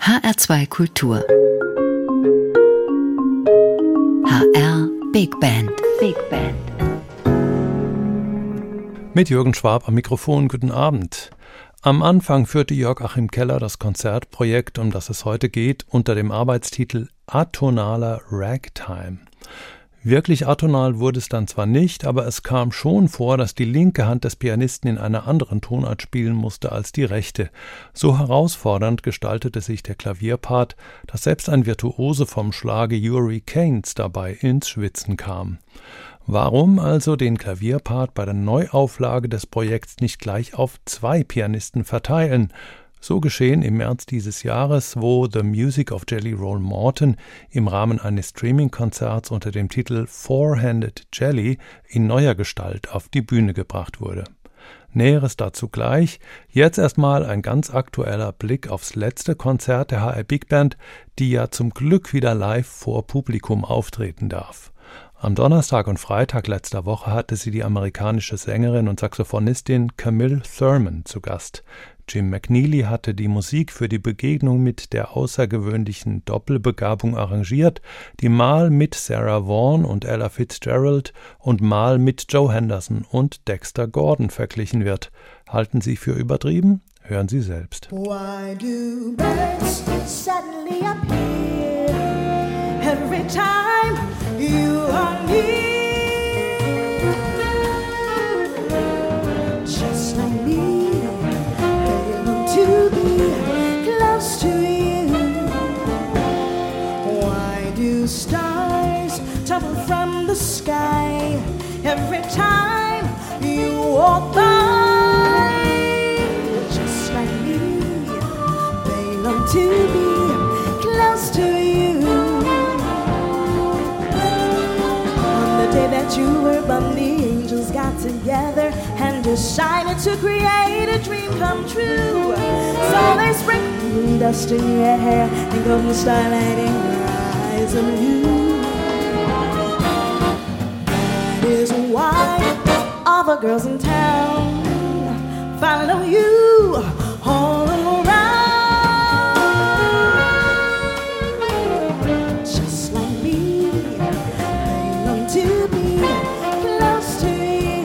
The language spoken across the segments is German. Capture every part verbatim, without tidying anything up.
H R zwei Kultur. H R Big Band. Big Band. Mit Jürgen Schwab am Mikrofon, guten Abend. Am Anfang führte Jörg-Achim Keller das Konzertprojekt, um das es heute geht, unter dem Arbeitstitel Atonaler Ragtime. Wirklich atonal wurde es dann zwar nicht, aber es kam schon vor, dass die linke Hand des Pianisten in einer anderen Tonart spielen musste als die rechte. So herausfordernd gestaltete sich der Klavierpart, dass selbst ein Virtuose vom Schlage Yuri Keynes dabei ins Schwitzen kam. Warum also den Klavierpart bei der Neuauflage des Projekts nicht gleich auf zwei Pianisten verteilen? So geschehen im März dieses Jahres, wo The Music of Jelly Roll Morton im Rahmen eines Streaming-Konzerts unter dem Titel Four-Handed Jelly in neuer Gestalt auf die Bühne gebracht wurde. Näheres dazu gleich. Jetzt erstmal ein ganz aktueller Blick aufs letzte Konzert der H R Big Band, die ja zum Glück wieder live vor Publikum auftreten darf. Am Donnerstag und Freitag letzter Woche hatte sie die amerikanische Sängerin und Saxophonistin Camille Thurman zu Gast. Jim McNeely hatte die Musik für die Begegnung mit der außergewöhnlichen Doppelbegabung arrangiert, die mal mit Sarah Vaughan und Ella Fitzgerald und mal mit Joe Henderson und Dexter Gordon verglichen wird. Halten Sie für übertrieben? Hören Sie selbst. Why do birds suddenly appear every time you are near? Just like me, they long to be close to you. Why do stars tumble from the sky every time you walk by? Just like me, they long to be close to you. Day that you were born, the angels got together and decided to create a dream come true. So they sprinkled dust in your hair and golden starlight in your eyes of you. That is why all the girls in town follow you all around. Just like me, they long to be close to you.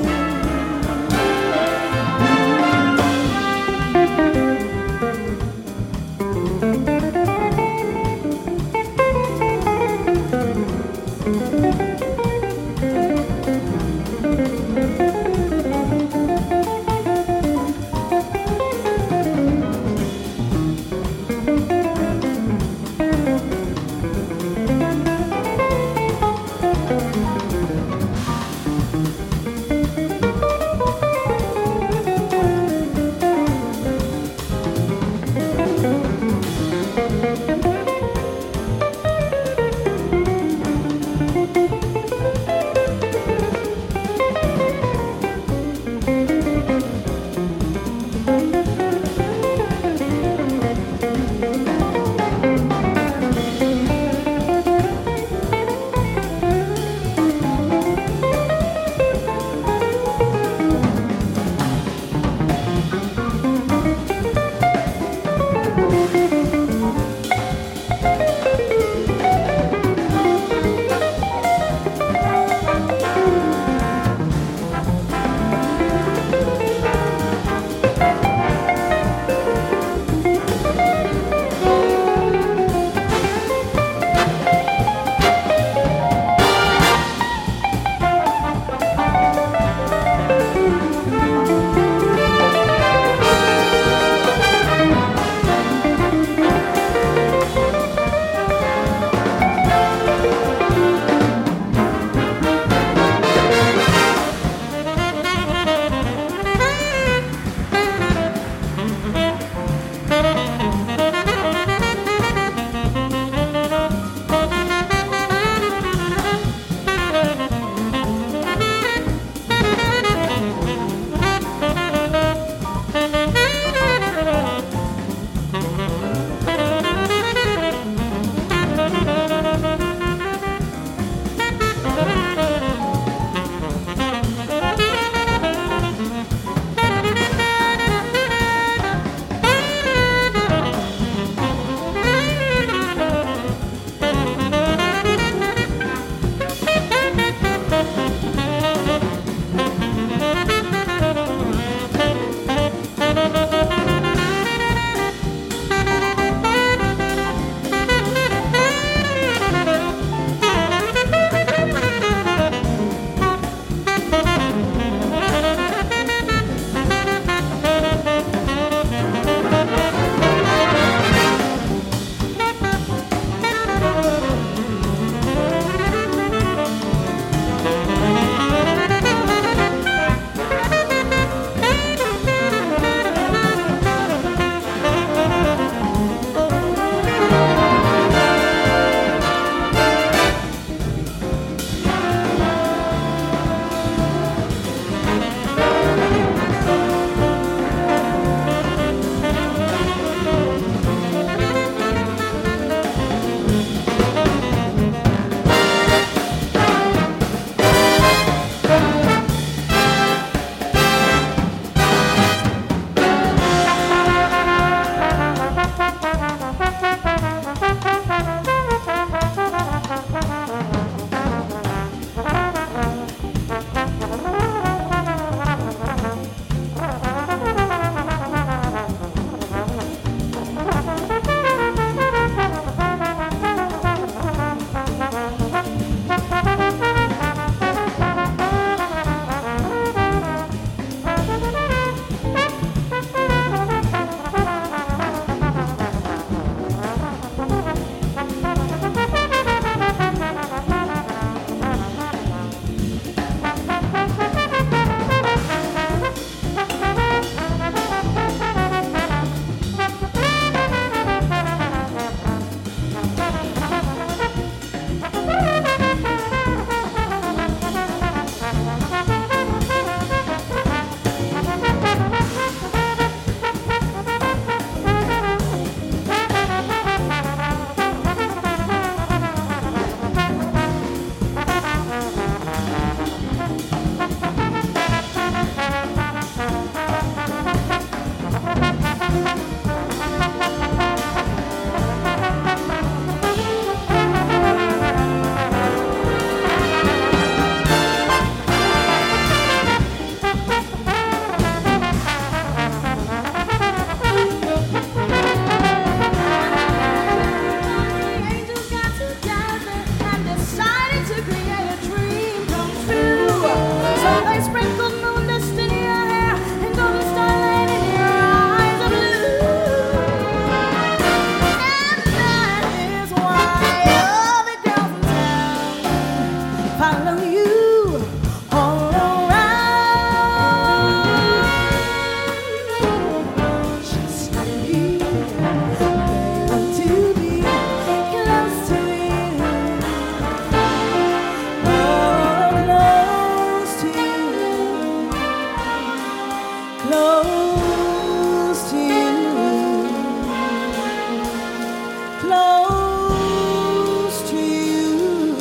close to you,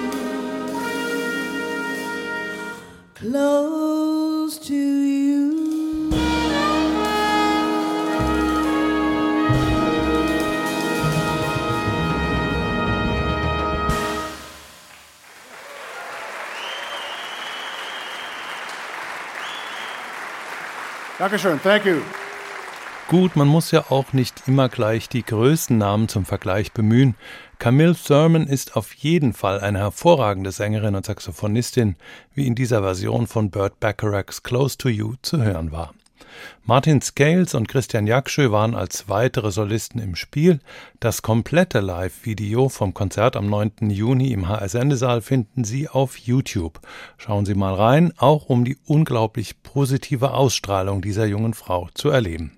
close to you. Dankeschön, thank you. Gut, man muss ja auch nicht immer gleich die größten Namen zum Vergleich bemühen. Camille Thurman ist auf jeden Fall eine hervorragende Sängerin und Saxophonistin, wie in dieser Version von Burt Bacharachs Close to You zu hören war. Martin Scales und Christian Jakschö waren als weitere Solisten im Spiel. Das komplette Live-Video vom Konzert am neunten Juni im H S-Sendesaal finden Sie auf YouTube. Schauen Sie mal rein, auch um die unglaublich positive Ausstrahlung dieser jungen Frau zu erleben.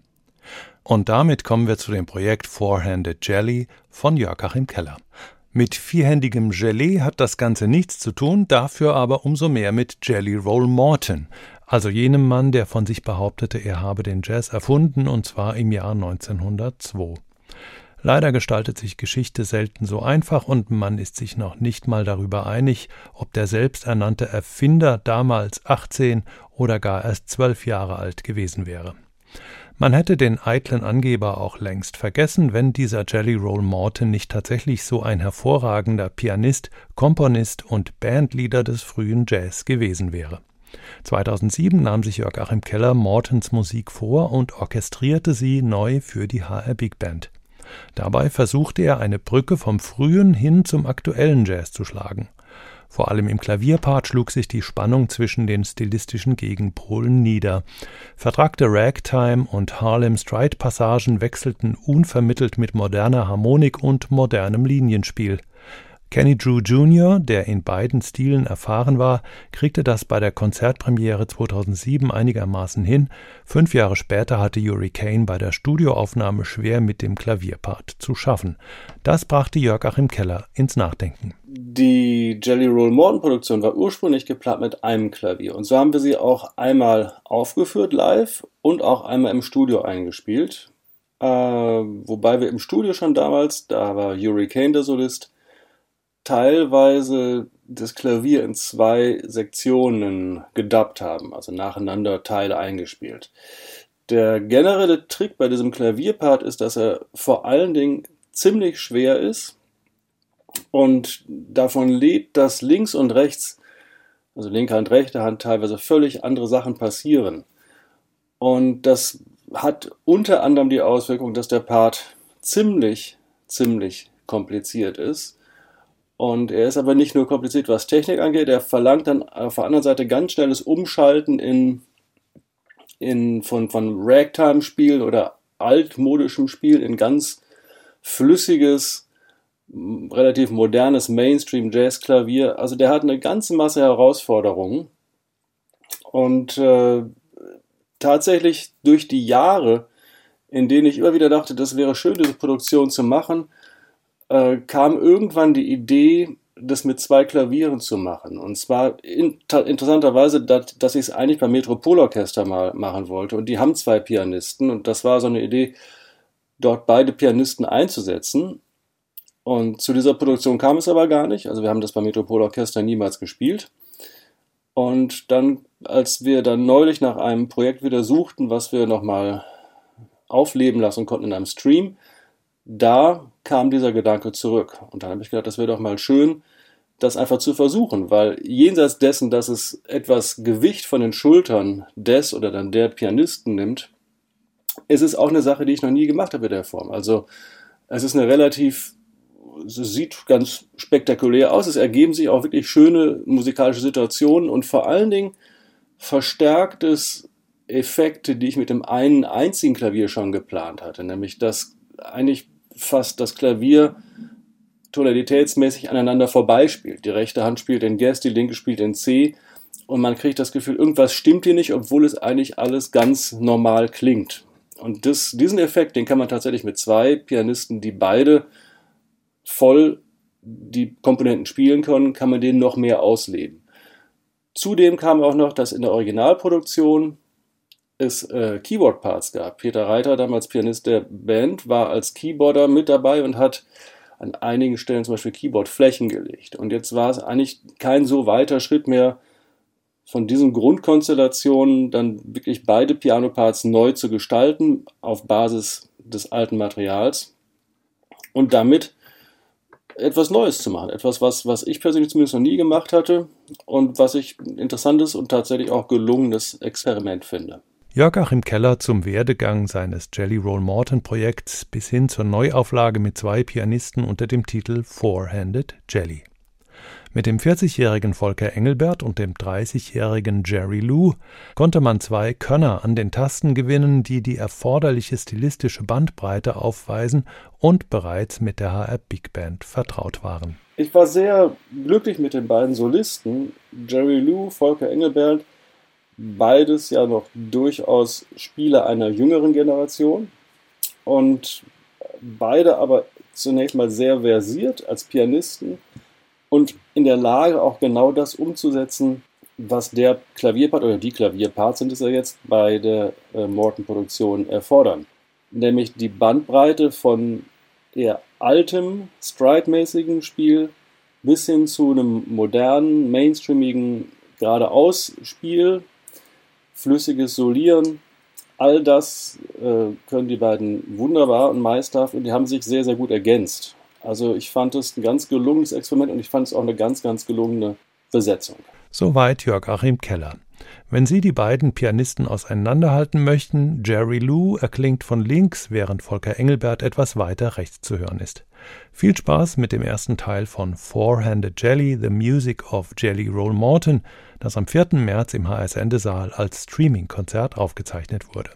Und damit kommen wir zu dem Projekt Four-Handed Jelly von Jörg-Achim Keller. Mit vierhändigem Gelee hat das Ganze nichts zu tun, dafür aber umso mehr mit Jelly Roll Morton, also jenem Mann, der von sich behauptete, er habe den Jazz erfunden, und zwar im Jahr neunzehnhundertzwei. Leider gestaltet sich Geschichte selten so einfach und man ist sich noch nicht mal darüber einig, ob der selbsternannte Erfinder damals achtzehn oder gar erst zwölf Jahre alt gewesen wäre. Man hätte den eitlen Angeber auch längst vergessen, wenn dieser Jelly Roll Morton nicht tatsächlich so ein hervorragender Pianist, Komponist und Bandleader des frühen Jazz gewesen wäre. zweitausendsieben nahm sich Jörg-Achim Keller Mortons Musik vor und orchestrierte sie neu für die H R Big Band. Dabei versuchte er, eine Brücke vom frühen hin zum aktuellen Jazz zu schlagen. Vor allem im Klavierpart schlug sich die Spannung zwischen den stilistischen Gegenpolen nieder. Vertrackte Ragtime- und Harlem-Stride-Passagen wechselten unvermittelt mit moderner Harmonik und modernem Linienspiel. Kenny Drew Junior, der in beiden Stilen erfahren war, kriegte das bei der Konzertpremiere zweitausendsieben einigermaßen hin. Fünf Jahre später hatte Yuri Kane bei der Studioaufnahme schwer mit dem Klavierpart zu schaffen. Das brachte Jörg-Achim Keller ins Nachdenken. Die Jelly Roll Morton Produktion war ursprünglich geplant mit einem Klavier. Und so haben wir sie auch einmal aufgeführt live und auch einmal im Studio eingespielt. Äh, wobei wir im Studio schon damals, da war Yuri Kane der Solist, teilweise das Klavier in zwei Sektionen gedubbt haben, also nacheinander Teile eingespielt. Der generelle Trick bei diesem Klavierpart ist, dass er vor allen Dingen ziemlich schwer ist und davon lebt, dass links und rechts, also linke Hand, rechte Hand, teilweise völlig andere Sachen passieren. Und das hat unter anderem die Auswirkung, dass der Part ziemlich, ziemlich kompliziert ist. Und er ist aber nicht nur kompliziert, was Technik angeht, er verlangt dann auf der anderen Seite ganz schnelles Umschalten in, in, von, von Ragtime-Spiel oder altmodischem Spiel in ganz flüssiges, relativ modernes Mainstream-Jazz-Klavier. Also der hat eine ganze Masse Herausforderungen. Und äh, tatsächlich durch die Jahre, in denen ich immer wieder dachte, das wäre schön, diese Produktion zu machen, äh, kam irgendwann die Idee, das mit zwei Klavieren zu machen. Und zwar in, interessanterweise, dass, dass ich es eigentlich beim Metropolorchester mal machen wollte. Und die haben zwei Pianisten. Und das war so eine Idee, dort beide Pianisten einzusetzen. Und zu dieser Produktion kam es aber gar nicht. Also wir haben das beim Metropolorchester niemals gespielt. Und dann, als wir dann neulich nach einem Projekt wieder suchten, was wir nochmal aufleben lassen konnten in einem Stream, da kam dieser Gedanke zurück. Und dann habe ich gedacht, das wäre doch mal schön, das einfach zu versuchen, weil jenseits dessen, dass es etwas Gewicht von den Schultern des oder dann der Pianisten nimmt, ist es auch eine Sache, die ich noch nie gemacht habe in der Form. Also es ist eine relativ, es sieht ganz spektakulär aus, es ergeben sich auch wirklich schöne musikalische Situationen und vor allen Dingen verstärkt es Effekte, die ich mit dem einen einzigen Klavier schon geplant hatte, nämlich dass eigentlich fast das Klavier tonalitätsmäßig aneinander vorbeispielt. Die rechte Hand spielt in Ges, die linke spielt in C und man kriegt das Gefühl, irgendwas stimmt hier nicht, obwohl es eigentlich alles ganz normal klingt. Und das, diesen Effekt, den kann man tatsächlich mit zwei Pianisten, die beide voll die Komponenten spielen können, kann man den noch mehr ausleben. Zudem kam auch noch, dass in der Originalproduktion es äh, Keyboard-Parts gab. Peter Reiter, damals Pianist der Band, war als Keyboarder mit dabei und hat an einigen Stellen zum Beispiel Keyboard-Flächen gelegt. Und jetzt war es eigentlich kein so weiter Schritt mehr, von diesen Grundkonstellationen dann wirklich beide Piano-Parts neu zu gestalten, auf Basis des alten Materials und damit etwas Neues zu machen. Etwas, was, was ich persönlich zumindest noch nie gemacht hatte und was ich ein interessantes und tatsächlich auch gelungenes Experiment finde. Jörg-Achim Keller zum Werdegang seines Jelly Roll Morton Projekts bis hin zur Neuauflage mit zwei Pianisten unter dem Titel Four-Handed Jelly. Mit dem vierzigjährigen Volker Engelbert und dem dreißigjährigen Jerry Lew konnte man zwei Könner an den Tasten gewinnen, die die erforderliche stilistische Bandbreite aufweisen und bereits mit der H R Big Band vertraut waren. Ich war sehr glücklich mit den beiden Solisten, Jerry Lew, Volker Engelbert, beides ja noch durchaus Spieler einer jüngeren Generation und beide aber zunächst mal sehr versiert als Pianisten und in der Lage, auch genau das umzusetzen, was der Klavierpart oder die Klavierparts sind es ja jetzt bei der äh, Morton-Produktion erfordern. Nämlich die Bandbreite von eher altem, stride-mäßigen Spiel bis hin zu einem modernen, mainstreamigen Geradeaus-Spiel, flüssiges Solieren. All das äh, können die beiden wunderbar und meisterhaft und die haben sich sehr, sehr gut ergänzt. Also ich fand es ein ganz gelungenes Experiment und ich fand es auch eine ganz, ganz gelungene Besetzung. Soweit Jörg-Achim Keller. Wenn Sie die beiden Pianisten auseinanderhalten möchten, Jerry Lew erklingt von links, während Volker Engelbert etwas weiter rechts zu hören ist. Viel Spaß mit dem ersten Teil von Four-Handed Jelly, The Music of Jelly Roll Morton, das am vierten März im H S Endesaal als Streaming-Konzert aufgezeichnet wurde.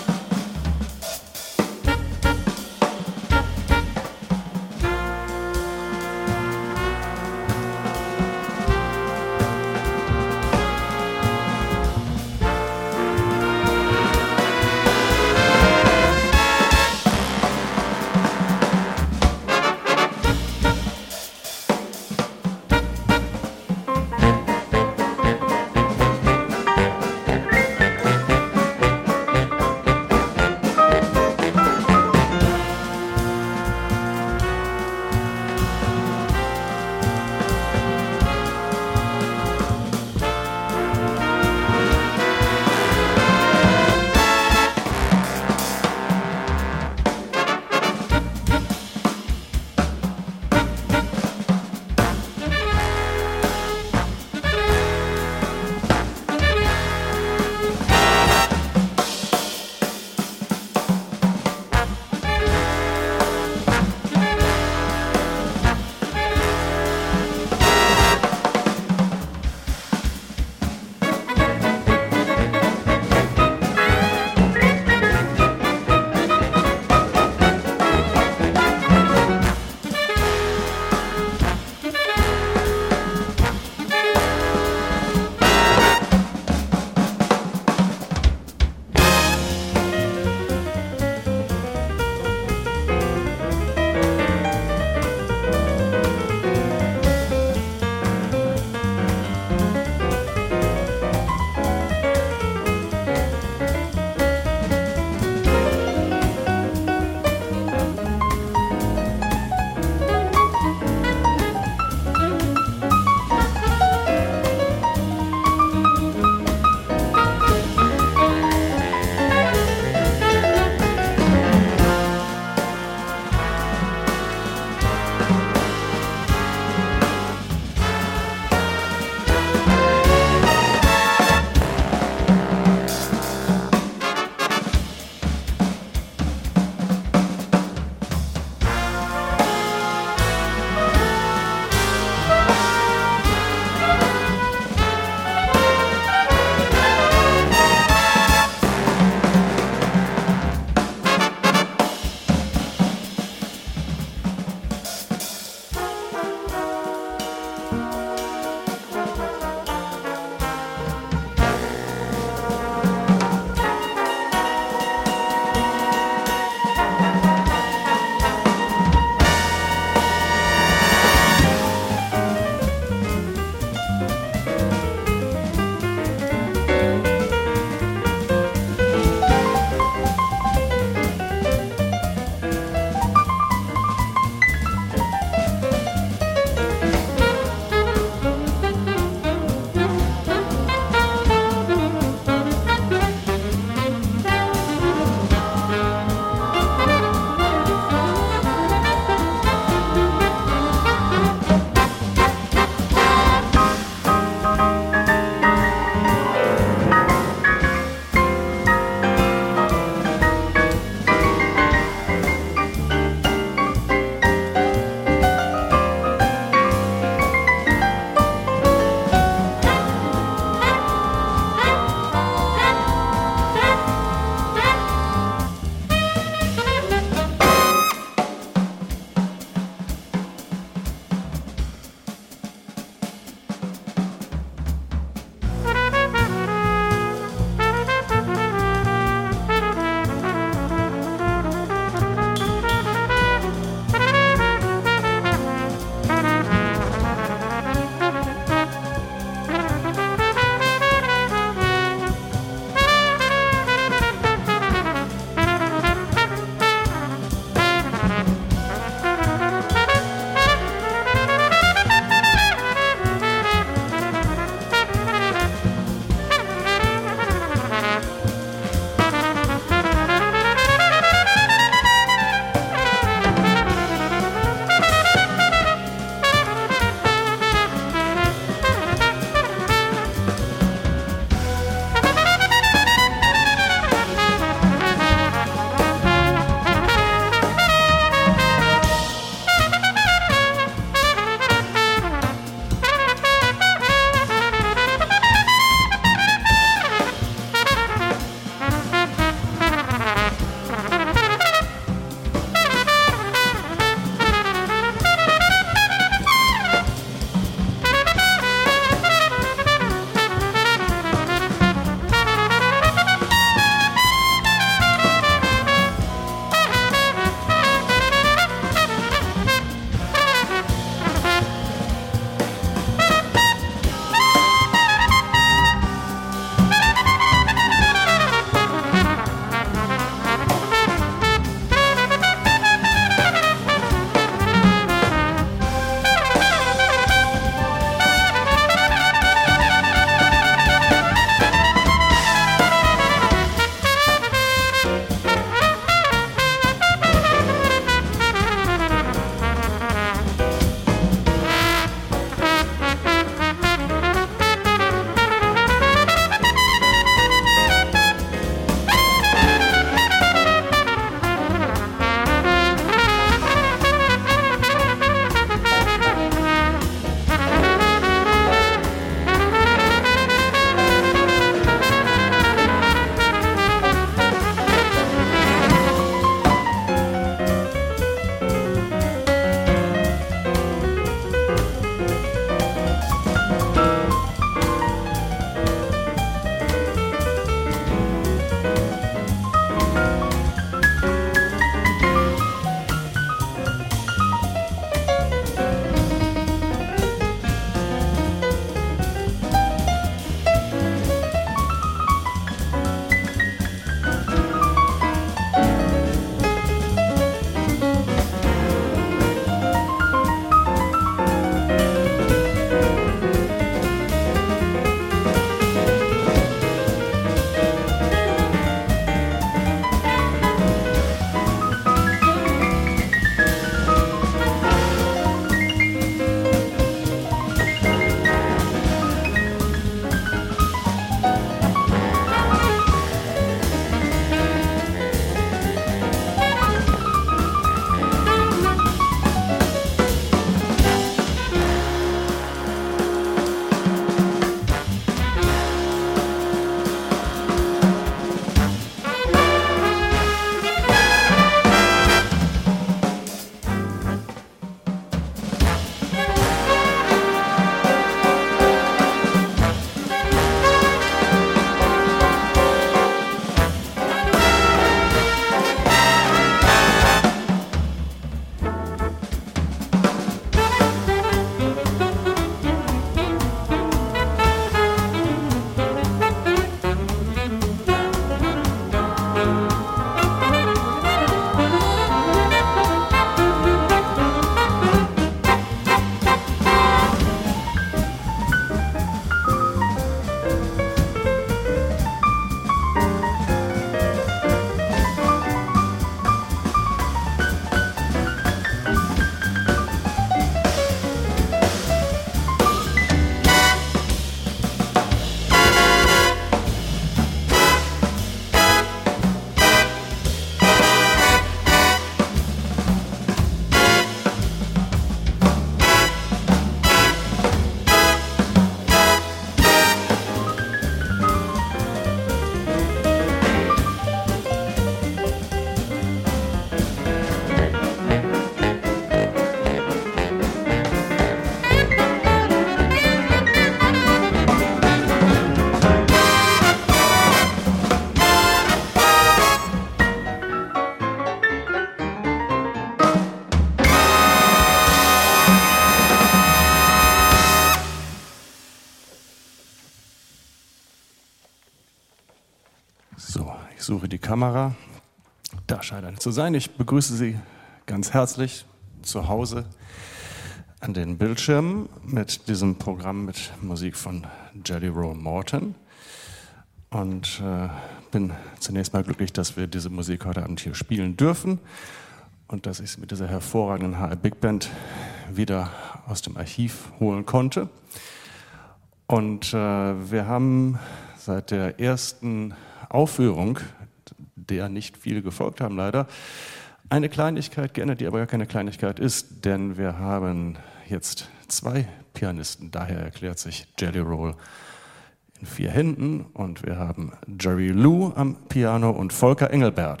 So, ich suche die Kamera. Da scheint eine zu sein. Ich begrüße Sie ganz herzlich zu Hause an den Bildschirmen mit diesem Programm mit Musik von Jelly Roll Morton. Und äh, bin zunächst mal glücklich, dass wir diese Musik heute Abend hier spielen dürfen und dass ich sie mit dieser hervorragenden H R Big Band wieder aus dem Archiv holen konnte. Und äh, wir haben seit der ersten Aufführung, der nicht viele gefolgt haben leider, eine Kleinigkeit geändert, die aber gar keine Kleinigkeit ist, denn wir haben jetzt zwei Pianisten, daher erklärt sich Jelly Roll in vier Händen und wir haben Jerry Lou am Piano und Volker Engelbert.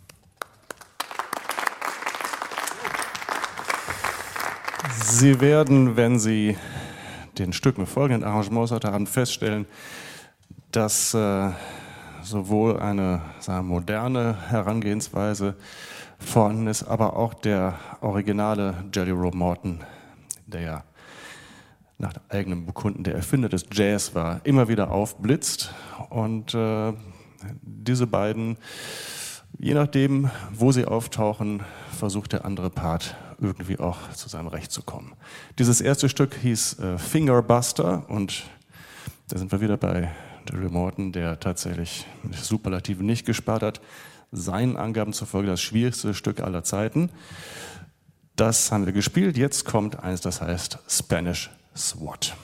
Sie werden, wenn Sie den Stücken folgenden Arrangements heute Abend feststellen, dass äh, sowohl eine sagen wir, moderne Herangehensweise vorhanden ist, aber auch der originale Jelly Roll Morton, der ja nach eigenem Bekunden der Erfinder des Jazz war, immer wieder aufblitzt. Und äh, diese beiden, je nachdem, wo sie auftauchen, versucht der andere Part irgendwie auch zu seinem Recht zu kommen. Dieses erste Stück hieß äh, Fingerbuster und da sind wir wieder bei Jerry Morton, der tatsächlich mit Superlativen nicht gespart hat. Seinen Angaben zufolge das schwierigste Stück aller Zeiten. Das haben wir gespielt. Jetzt kommt eins, das heißt Spanish SWAT.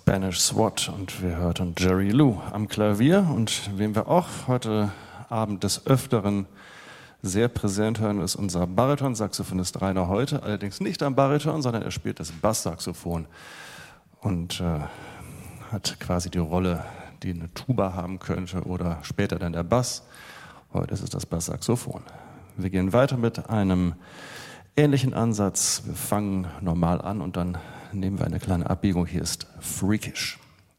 Spanish SWAT und wir hörten Jerry Lou am Klavier und wen wir auch heute Abend des Öfteren sehr präsent hören, ist unser Bariton-Saxophonist Rainer Heute, allerdings nicht am Bariton, sondern er spielt das Basssaxophon und äh, hat quasi die Rolle, die eine Tuba haben könnte oder später dann der Bass. Heute ist es das Basssaxophon. Wir gehen weiter mit einem ähnlichen Ansatz. Wir fangen normal an und dann nehmen wir eine kleine Abbiegung. Hier ist Freakish.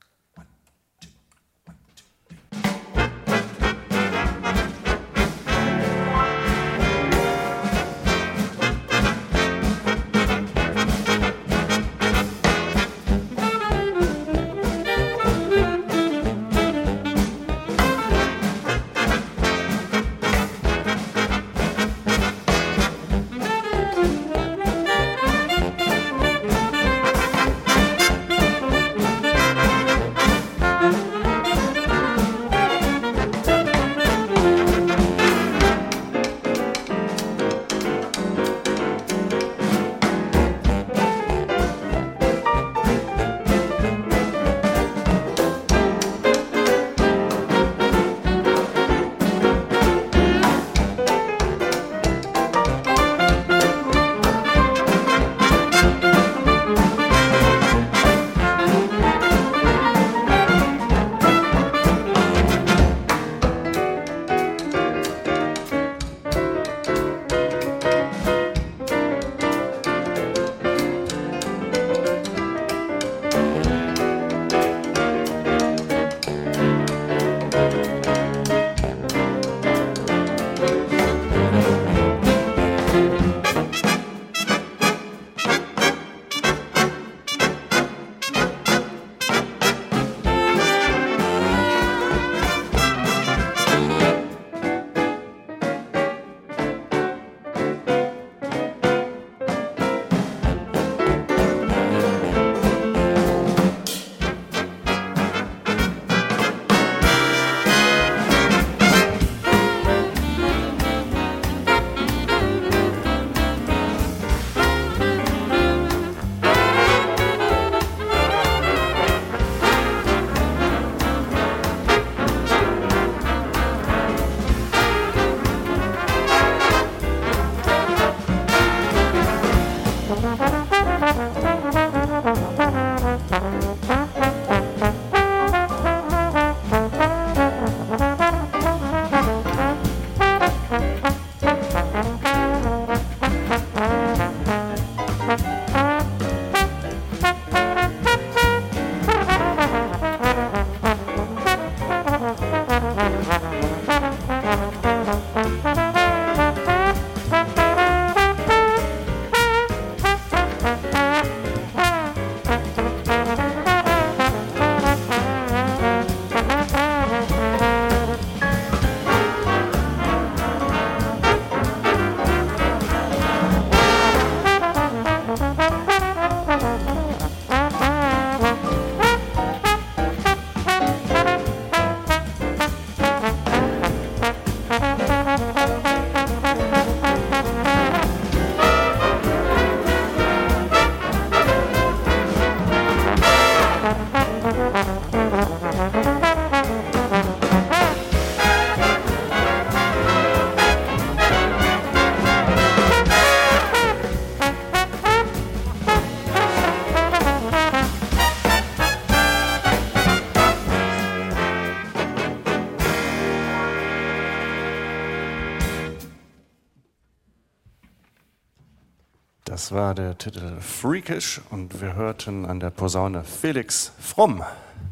Das war der Titel Freakish und wir hörten an der Posaune Felix Fromm.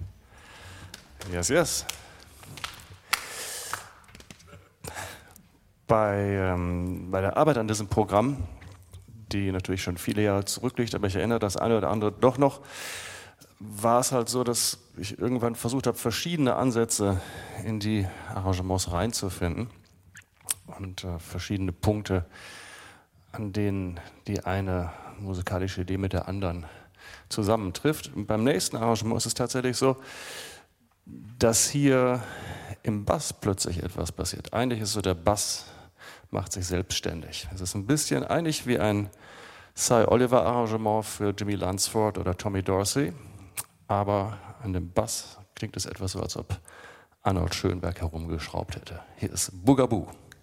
Yes, yes. Bei, ähm, bei der Arbeit an diesem Programm, die natürlich schon viele Jahre zurückliegt, aber ich erinnere das eine oder andere doch noch, war es halt so, dass ich irgendwann versucht habe, verschiedene Ansätze in die Arrangements reinzufinden und äh, verschiedene Punkte, an denen die eine musikalische Idee mit der anderen zusammentrifft. Und beim nächsten Arrangement ist es tatsächlich so, dass hier im Bass plötzlich etwas passiert. Eigentlich ist so, der Bass macht sich selbstständig. Es ist ein bisschen eigentlich wie ein Cy Oliver Arrangement für Jimmy Lunceford oder Tommy Dorsey. aber an dem Bass klingt es etwas so, als ob Arnold Schönberg herumgeschraubt hätte. Hier ist Bugaboo.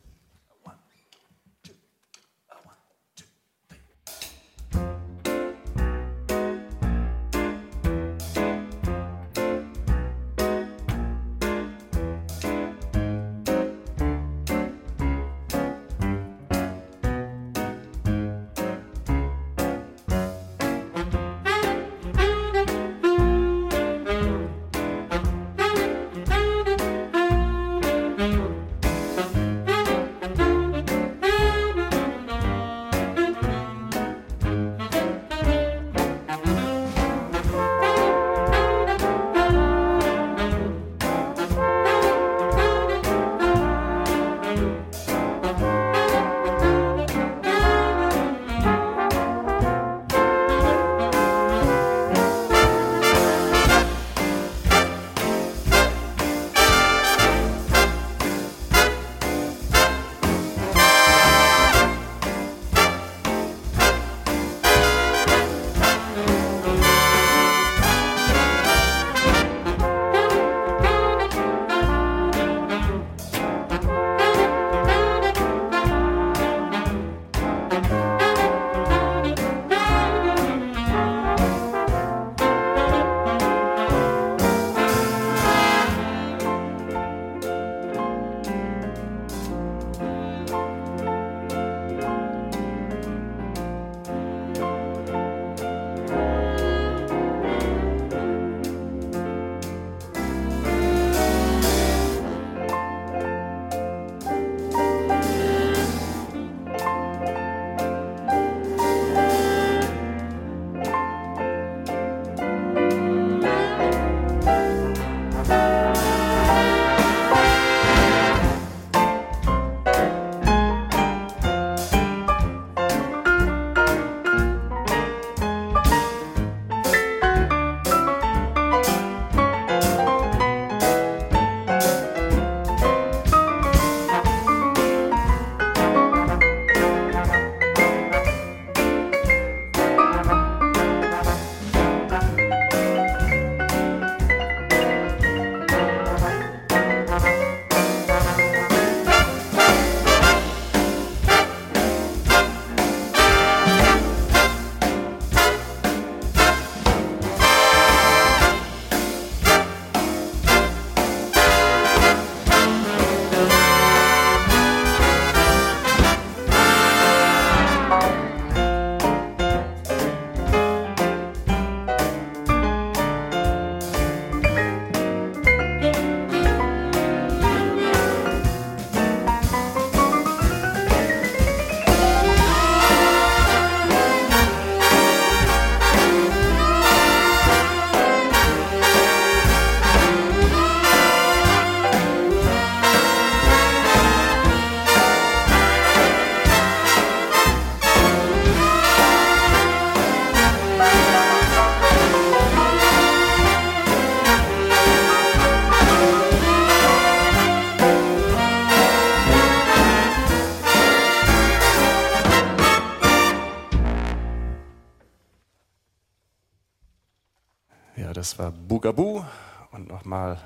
Ja, das war Bugaboo und nochmal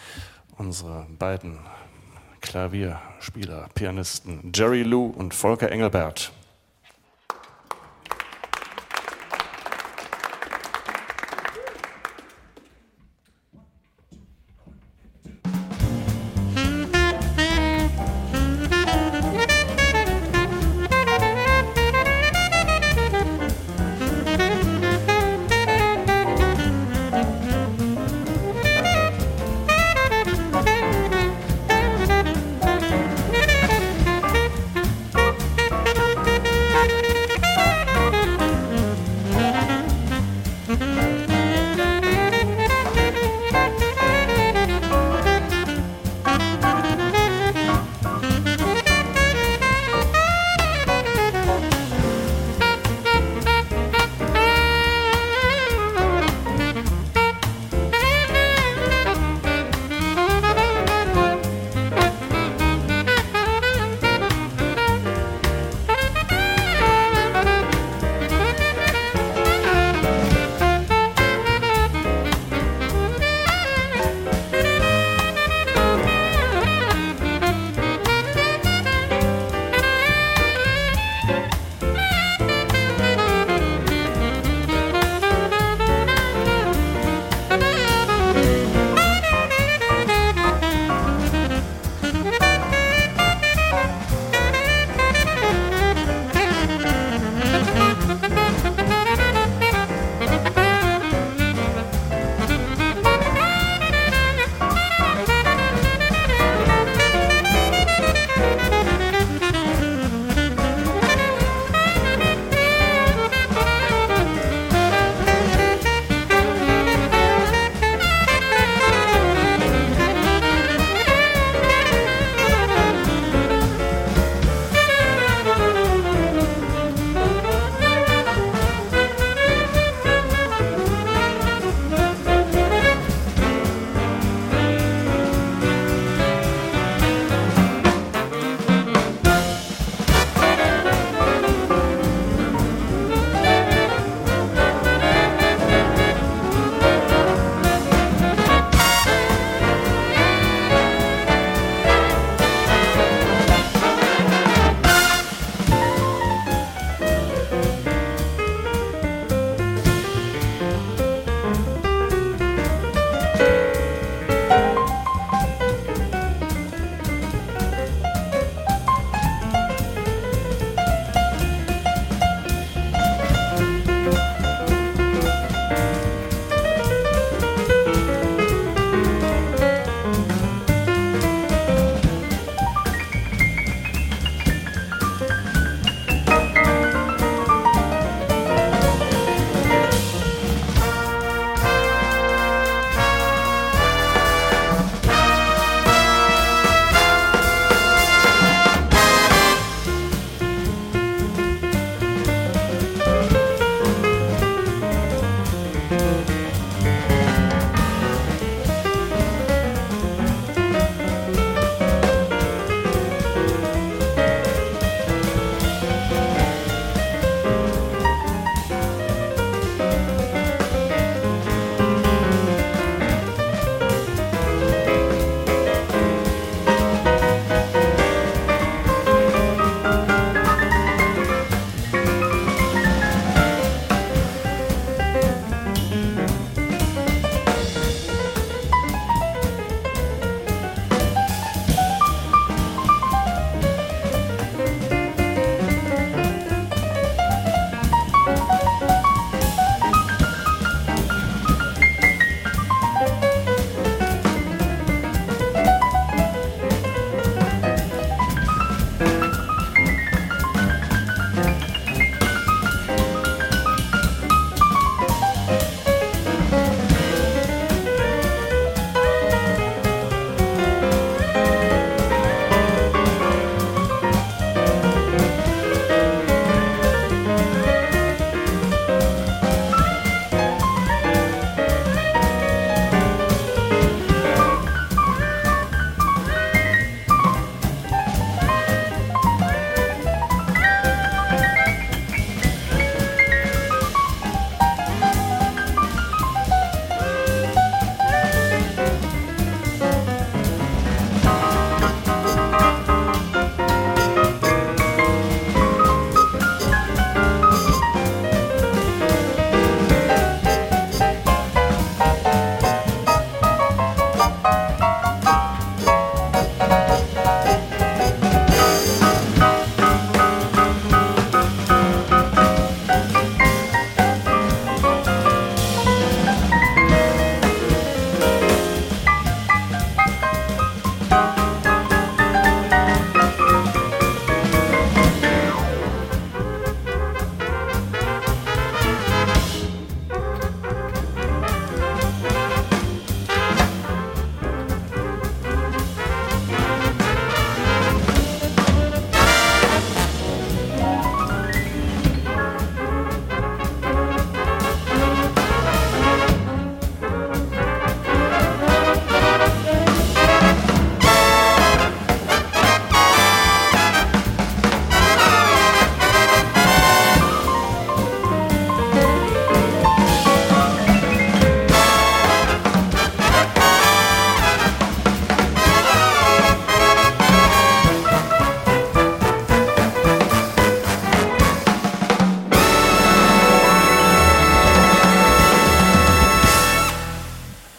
unsere beiden Klavierspieler, Pianisten Jerry Lou und Volker Engelbert. Thank you.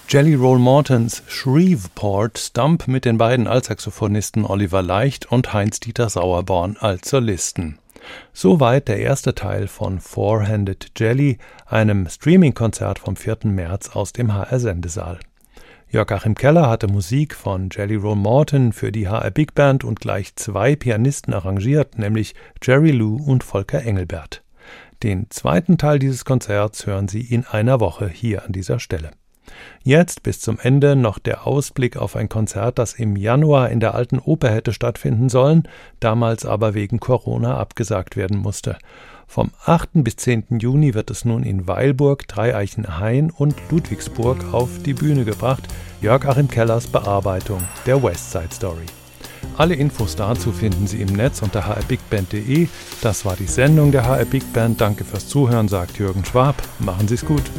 Jelly Roll Mortons Shreveport Stump mit den beiden Altsaxophonisten Oliver Leicht und Heinz-Dieter Sauerborn als Solisten. Soweit der erste Teil von Four-Handed Jelly, einem Streaming-Konzert vom vierten März aus dem H R-Sendesaal. Jörg-Achim Keller hatte Musik von Jelly Roll Morton für die H R Big Band und gleich zwei Pianisten arrangiert, nämlich Jerry Lew und Volker Engelbert. Den zweiten Teil dieses Konzerts hören Sie in einer Woche hier an dieser Stelle. Jetzt bis zum Ende noch der Ausblick auf ein Konzert, das im Januar in der Alten Oper hätte stattfinden sollen, damals aber wegen Corona abgesagt werden musste. Vom achten bis zehnten Juni wird es nun in Weilburg, Dreieichenhain und Ludwigsburg auf die Bühne gebracht. Jörg-Achim Kellers Bearbeitung der West Side Story. Alle Infos dazu finden Sie im Netz unter h r big band punkt d e. Das war die Sendung der H R Big Band. Danke fürs Zuhören, sagt Jürgen Schwab. Machen Sie es gut.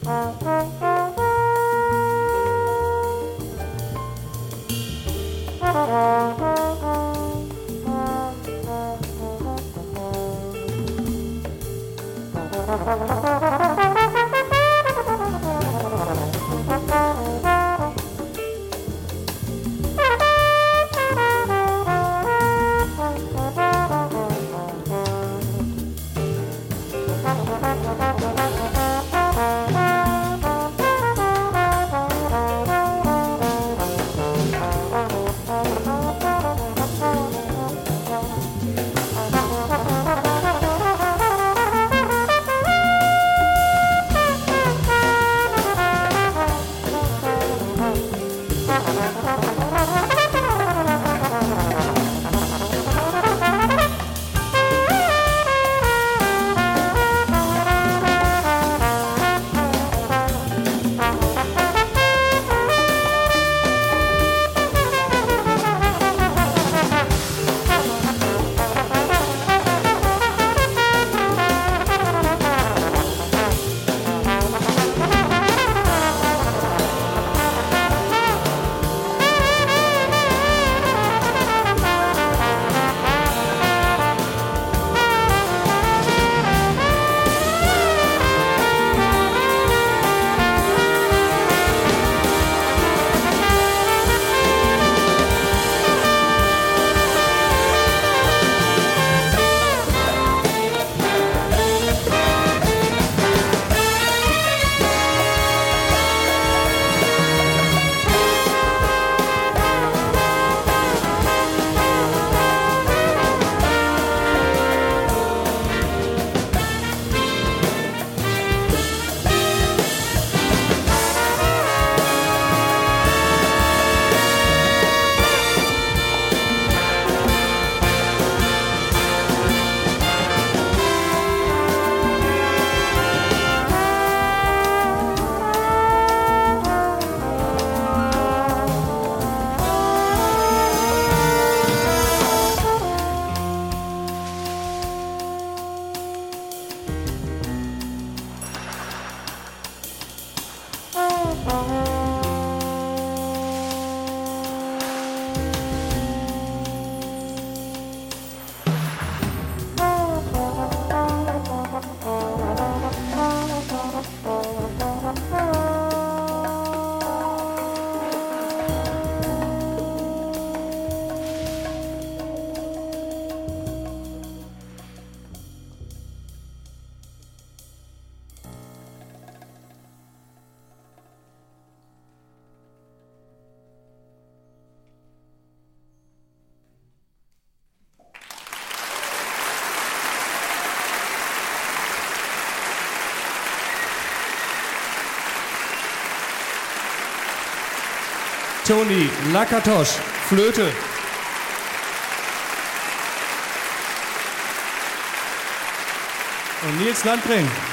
Toni Lakatosch, Flöte. Und Nils Landring,